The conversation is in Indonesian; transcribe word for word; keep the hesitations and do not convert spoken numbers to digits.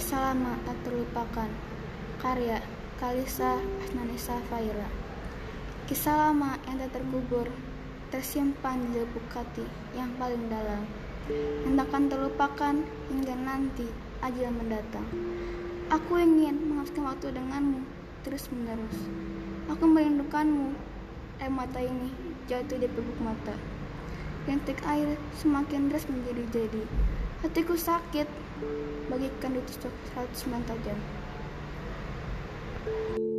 Kisah lama tak terlupakan. Karya Kalisa Asnanisa Faira. Kisah lama yang tak terkubur, tersimpan di lubuk hati yang paling dalam, yang takkan terlupakan hingga nanti ajal mendatang. Aku ingin menghabiskan waktu denganmu terus menerus. Aku merindukanmu. Air mata ini jatuh di pelupuk mata. Rintik air semakin deras menjadi-jadi. Hatiku sakit bagikan di tusuk seratus sembilan tajam.